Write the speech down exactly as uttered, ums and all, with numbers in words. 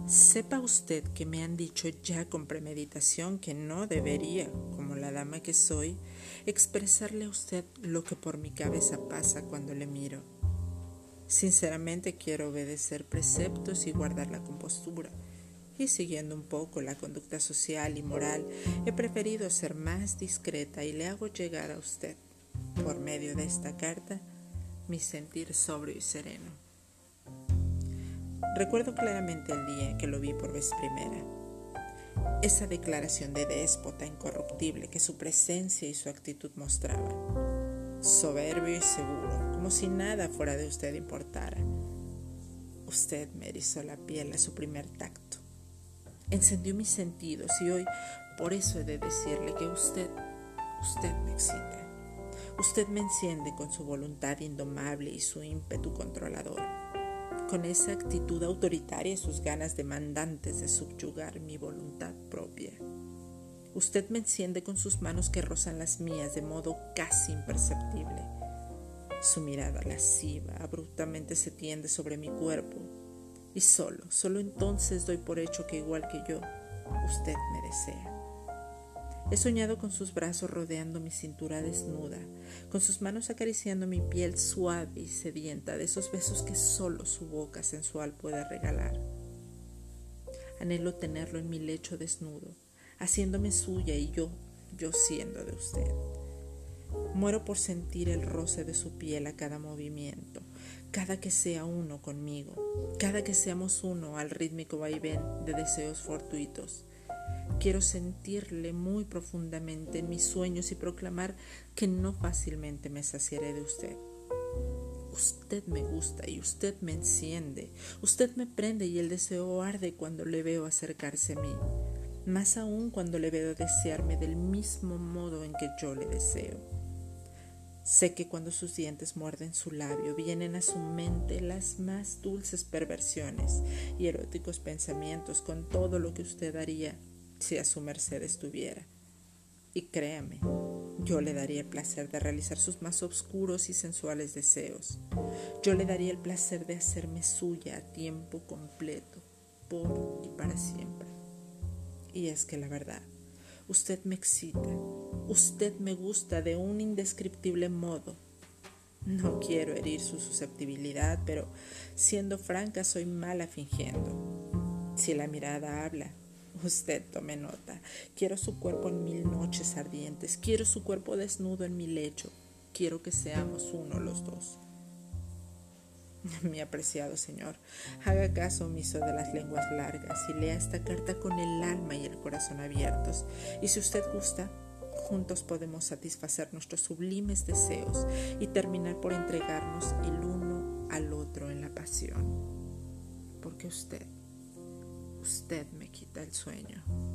Sepa usted que me han dicho ya con premeditación que no debería, como la dama que soy, expresarle a usted lo que por mi cabeza pasa cuando le miro. Sinceramente quiero obedecer preceptos y guardar la compostura, y siguiendo un poco la conducta social y moral, he preferido ser más discreta y le hago llegar a usted, por medio de esta carta, mi sentir sobrio y sereno. Recuerdo claramente el día en que lo vi por vez primera. Esa declaración de déspota incorruptible que su presencia y su actitud mostraban. Soberbio y seguro, como si nada fuera de usted importara. Usted me erizó la piel a su primer tacto. Encendió mis sentidos y hoy por eso he de decirle que usted, usted me excita. Usted me enciende con su voluntad indomable y su ímpetu controlador. Con esa actitud autoritaria y sus ganas demandantes de subyugar mi voluntad propia. Usted me enciende con sus manos que rozan las mías de modo casi imperceptible. Su mirada lasciva abruptamente se tiende sobre mi cuerpo y solo, solo entonces doy por hecho que igual que yo, usted me desea. He soñado con sus brazos rodeando mi cintura desnuda, con sus manos acariciando mi piel suave y sedienta de esos besos que solo su boca sensual puede regalar. Anhelo tenerlo en mi lecho desnudo, haciéndome suya y yo, yo siendo de usted. Muero por sentir el roce de su piel a cada movimiento, cada que sea uno conmigo, cada que seamos uno al rítmico vaivén de deseos fortuitos. Quiero sentirle muy profundamente en mis sueños y proclamar que no fácilmente me saciaré de usted. Usted me gusta y usted me enciende, usted me prende y el deseo arde cuando le veo acercarse a mí, más aún cuando le veo desearme del mismo modo en que yo le deseo. Sé que cuando sus dientes muerden su labio vienen a su mente las más dulces perversiones y eróticos pensamientos con todo lo que usted haría si a su merced estuviera. Y créame, yo le daría el placer de realizar sus más oscuros y sensuales deseos. Yo le daría el placer de hacerme suya a tiempo completo, por y para siempre. Y es que la verdad, usted me excita, usted me gusta de un indescriptible modo. No quiero herir su susceptibilidad, pero siendo franca soy mala fingiendo. Si la mirada habla, usted tome nota. Quiero su cuerpo en mil noches ardientes, quiero su cuerpo desnudo en mi lecho, quiero que seamos uno los dos. Mi apreciado señor, haga caso omiso de las lenguas largas y lea esta carta con el alma y el corazón abiertos. Y si usted gusta, juntos podemos satisfacer nuestros sublimes deseos y terminar por entregarnos el uno al otro en la pasión. Porque usted, usted me quita el sueño.